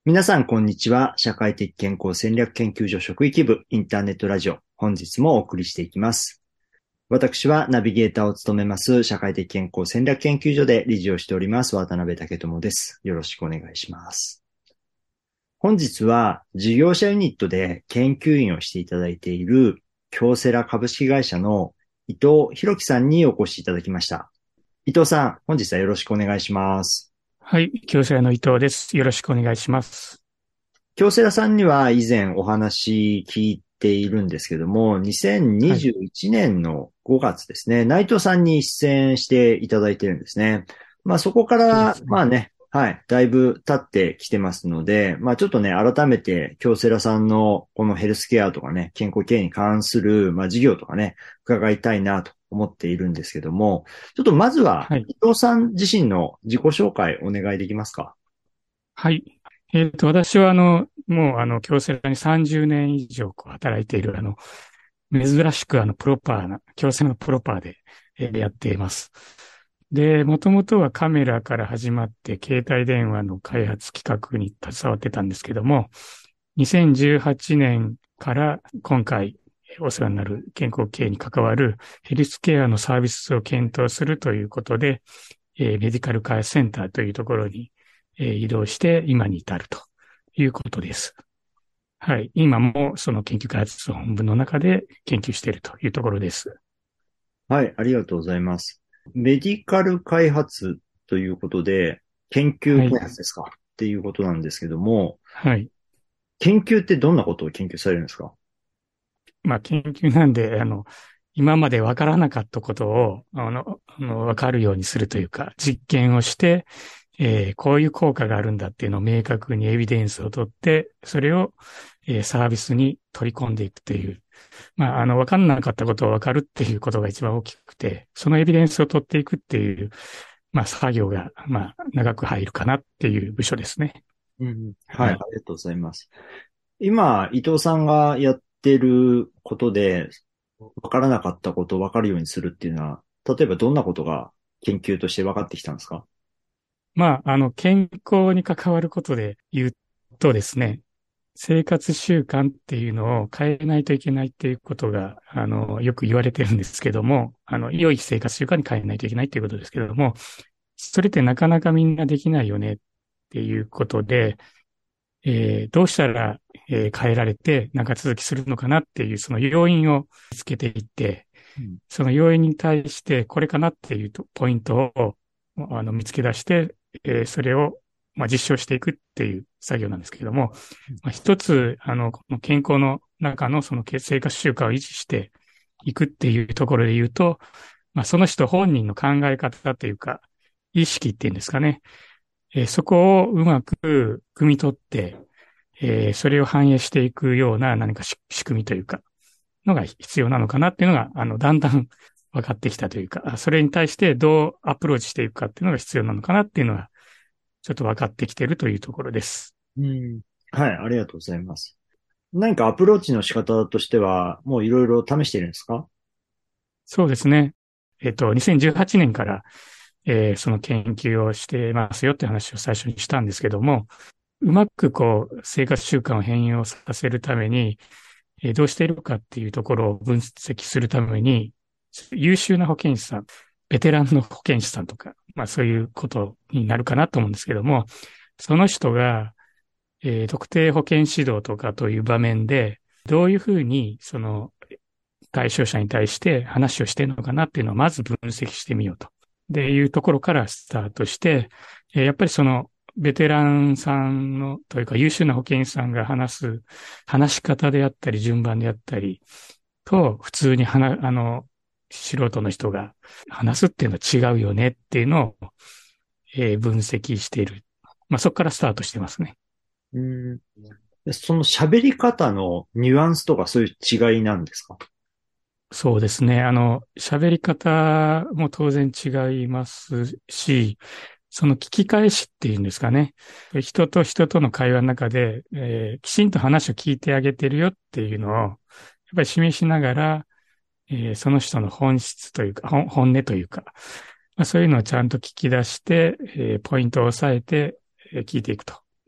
皆さん、こんにちは。社会的健康戦略研究所職域部インターネットラジオ。本日もお送りしていきます。私はナビゲーターを務めます社会的健康戦略研究所で理事をしております渡辺武智です。よろしくお願いします。本日は事業者ユニットで研究員をしていただいている京セラ株式会社の伊藤博樹さんにお越しいただきました。伊藤さん、本日はよろしくお願いします。 はい、京セラの伊藤です。よろしくお願いします。 京セラさんには以前お話聞いているんですけども、 はい。 2021年の5月ですね、内藤さんに出演していただいてるんですね。そこから、 そうですね。 はい、だいぶ経ってきてますので、ちょっとね、改めて京セラさんのこのヘルスケアとかね、健康経営に関する、事業とかね、伺いたいなと思っているんですけども、ちょっとまずははい。 伊藤さん自身の自己紹介お願いできますか？ はい。私はもう京セラに30年以上働いている、珍しくプロパーな、京セラのプロパーで、やっています。で、もともとはカメラから始まって、携帯電話の開発企画に携わってたんですけども、2018年から今回お世話になる健康経営に関わるヘルスケアのサービスを検討するということで、メディカル開発センターというところに、移動して今に至るということです。はい。今もその研究開発本部の中で研究しているというところです。 はい、ありがとうございます。メディカル開発ということで、研究はい。 開発ですかっていうことなんですけども、 はい。 研究ってどんなことを研究されるんですか？ 研究なんで、今までわからなかったことを、わかるようにするというか、実験をして、こういう効果があるんだっていうのを明確にエビデンスを取って、それを、サービスに取り込んでいくという、わかんなかったことをわかるっていうことが一番大きくて、そのエビデンスを取っていくっていう、作業が、長く入るかなっていう部署ですね。 うん、はい、あはい。 りがとうございます。今、伊藤さんがやってることで、わからなかったことをわかるようにするっていうのは、例えばどんなことが研究として分かってきたんですか？ 健康に関わることで言うとですね、生活習慣っていうのを変えないといけないっていうことが、よく言われてるんですけども、良い生活習慣に変えないといけないっていうことですけども、それってなかなかみんなできないよねっていうことで、どうしたら、変えられて長続きするのかなっていうその要因を見つけていって、 うん、 その要因に対してこれかなっていうポイントを見つけ出して、それを実証していくっていう作業なんですけれども、一つ、この健康の中のその生活習慣を維持していくっていうところで言うと、その人本人の考え方というか、意識っていうんですかね。そこをうまく汲み取って、それを反映していくような何か仕組みというか、のが必要なのかなっていうのが、だんだん分かってきたというか、それに対してどうアプローチしていくかっていうのが必要なのかなっていうのが、ちょっと分かってきているというところです。 うん、はい、ありがとうございます。何かアプローチの仕方としては、もういろいろ試しているんですか？ そうですね。2018年から、その研究をしてますよって話を最初にしたんですけども、うまく生活習慣を変容させるために、どうしているかっていうところを分析するために、優秀な保健師さん、ベテランの保健師さんとか、そういうことになるかなと思うんですけども、その人が、特定保健指導とかという場面で、どういうふうにその対象者に対して話をしているのかなっていうのをまず分析してみようと。でいうところからスタートして、やっぱりそのベテランさんのというか優秀な保健師さんが話し方であったり順番であったりと普通に素人の人が話すっていうのは違うよねっていうのを、分析している。そこからスタートしてますね。 うん。でその喋り方のニュアンスとかそういう違いなんですか？ そうですね。喋り方も当然違いますし、その聞き返しっていうんですかね。人と人との会話の中で、きちんと話を聞いてあげてるよっていうのを、やっぱり示しながら、その人の本質というか、本音というか、そういうのをちゃんと聞き出して、ポイントを押さえて、聞いていくと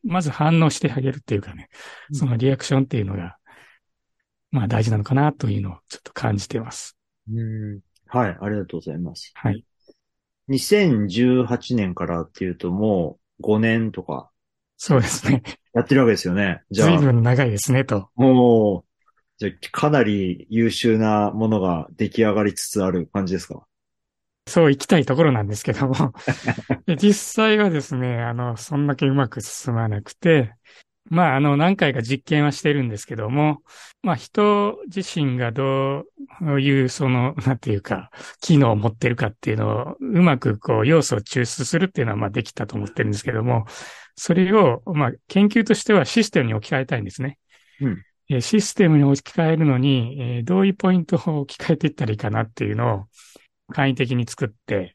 まず反応してあげるっていうかね、そのリアクションっていうのが、まあ大事なのかなというのをちょっと感じてます。 うん。はい、ありがとうございます。 はい。 2018年からっていうともう5年とかそうですね。 やってるわけですよね。じゃ随あ、 分長いですねと。 もう、じゃあかなり優秀なものが出来上がりつつある感じですか？ そう行きたいところなんですけども、実際はですね、そんだけうまく進まなくて、まあ、何回か実験はしてるんですけども、まあ、人自身がどういう、なんていうか、機能を持ってるかっていうのを、うまくこう、要素を抽出するっていうのは、まあ、できたと思ってるんですけども、それを、まあ、研究としてはシステムに置き換えたいんですね。 うん。 システムに置き換えるのに、どういうポイントを置き換えていったらいいかなっていうのを簡易的に作って、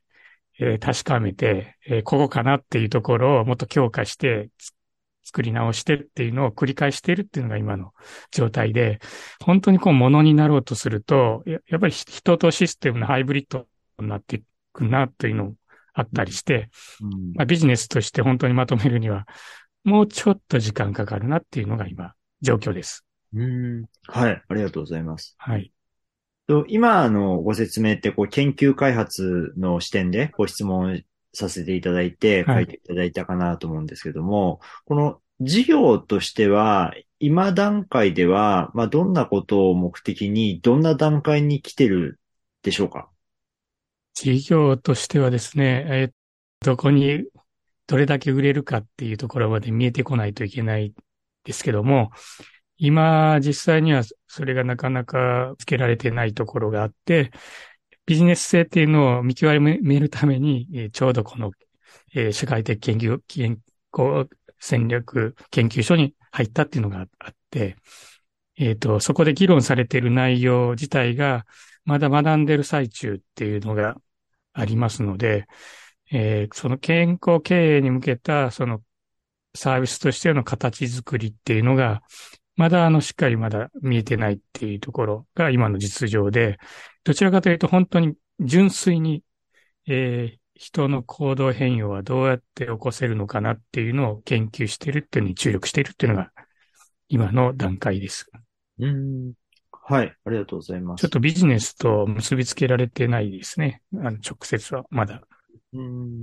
確かめて、ここかなっていうところをもっと強化して作り直してっていうのを繰り返しているっていうのが今の状態で、本当にこうものになろうとすると、やっぱり人とシステムのハイブリッドになっていくなというのあったりして、 うん。 まあ、ビジネスとして本当にまとめるには、もうちょっと時間かかるなっていうのが今、状況です。 うん。はい、ありがとうございます。 はい。 今のご説明ってこう研究開発の視点でご質問させていただいてはい。 書いていただいたかなと思うんですけども、この事業としては今段階では、まあ、どんなことを目的にどんな段階に来てるでしょうか？ 事業としてはですね、どこにどれだけ売れるかっていうところまで見えてこないといけないですけども、今実際にはそれがなかなかつけられてないところがあって、ビジネス性っていうのを見極めるために、ちょうどこの、社会的研究戦略研究所に入ったっていうのがあって、そこで議論されている内容自体がまだ学んでる最中っていうのがありますので、その健康経営に向けたそのサービスとしての形作りっていうのが、まだしっかりまだ見えてないっていうところが今の実情で、どちらかというと本当に純粋に、人の行動変容はどうやって起こせるのかなっていうのを研究しているっていうのに注力しているっていうのが今の段階です。 うん。はい、ありがとうございます。 ちょっとビジネスと結びつけられてないですね。直接はまだ。 うん。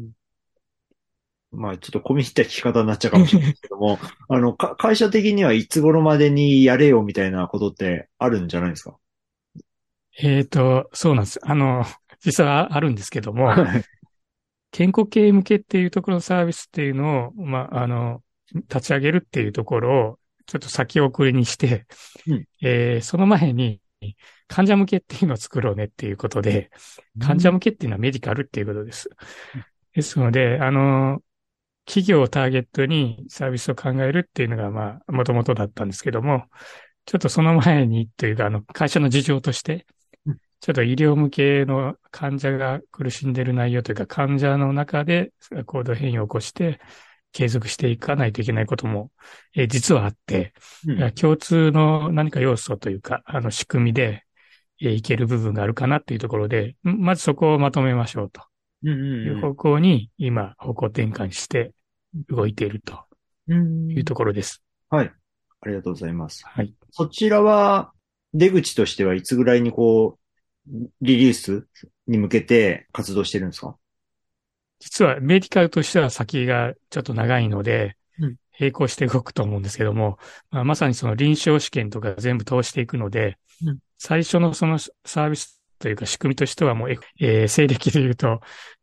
まあ、ちょっと込み入った聞き方になっちゃうかもしれないですけども、会社的にはいつ頃までにやれよみたいなことってあるんじゃないですか？ そうなんです。実はあるんですけども、 はい。 健康系向けっていうところのサービスっていうのを、まあ、立ち上げるっていうところを、ちょっと先送りにして、 うん。 その前に、患者向けっていうのを作ろうねっていうことで、患者向けっていうのはメディカルっていうことです。ですので、企業をターゲットにサービスを考えるっていうのが、まあ、もともとだったんですけども、ちょっとその前にというか、会社の事情として、ちょっと医療向けの患者が苦しんでいる内容というか、患者の中で行動変容を起こして継続していかないといけないことも、実はあって、 うん。 共通の何か要素というか、仕組みで、いける部分があるかなっていうところで、まずそこをまとめましょうとうん。 いううん。 方向に今方向転換して動いているとういうん。 ところです。 はい。ありがとうございます。 はい。 そちらは、出口としてはいつぐらいにこう、リリースに向けて活動してるんですか？ 実はメディカルとしては先がちょっと長いので、 うん。 並行して動くと思うんですけども、まあ、まさにその臨床試験とか全部通していくので、 うん。 最初のそのサービスというか仕組みとしてはもう、西暦で言うと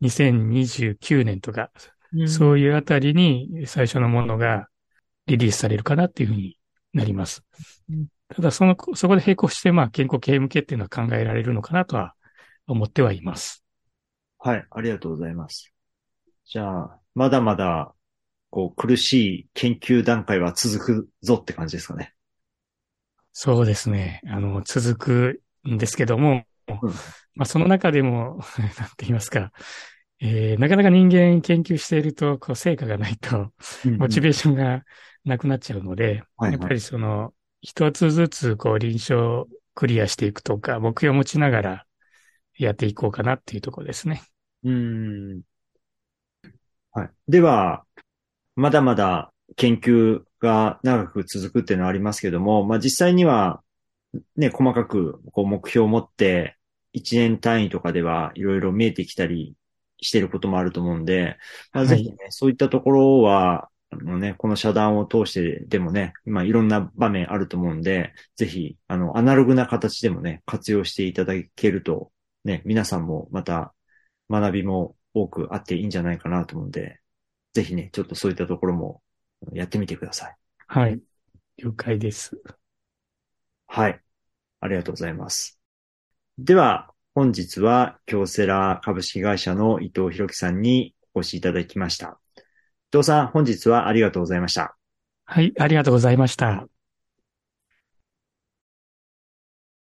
2029年とか、 うん。 そういうあたりに最初のものがリリースされるかなっていうふうになります。 うん。 ただそこで並行してまあ健康経営向けっていうのは考えられるのかなとは思ってはいます。 はい。ありがとうございます。じゃあ、まだまだ、こう、苦しい研究段階は続くぞって感じですかね。 そうですね。続くんですけども、 うん。 まあ、その中でも、なんて言いますか、なかなか人間研究していると、こう、成果がないと、 うん。うん。 モチベーションがなくなっちゃうので、 はいはい。 やっぱり一つずつ、こう、臨床クリアしていくとか、目標を持ちながらやっていこうかなっていうところですね。 うーん。はい。では、まだまだ研究が長く続くっていうのはありますけども、まあ実際にはね、細かくこう目標を持って、1年単位とかではいろいろ見えてきたりしてることもあると思うんで、まあはい。 ぜひね、そういったところは、この社団を通してでもね、今いろんな場面あると思うんで、ぜひ、アナログな形でもね、活用していただけると、ね、皆さんもまた学びも多くあっていいんじゃないかなと思うんで、ぜひね、ちょっとそういったところもやってみてください。 はい。了解です。 はい。ありがとうございます。では、本日は京セラ株式会社の伊藤博樹さんにお越しいただきました。伊藤さん、本日はありがとうございました。 はい。ありがとうございました。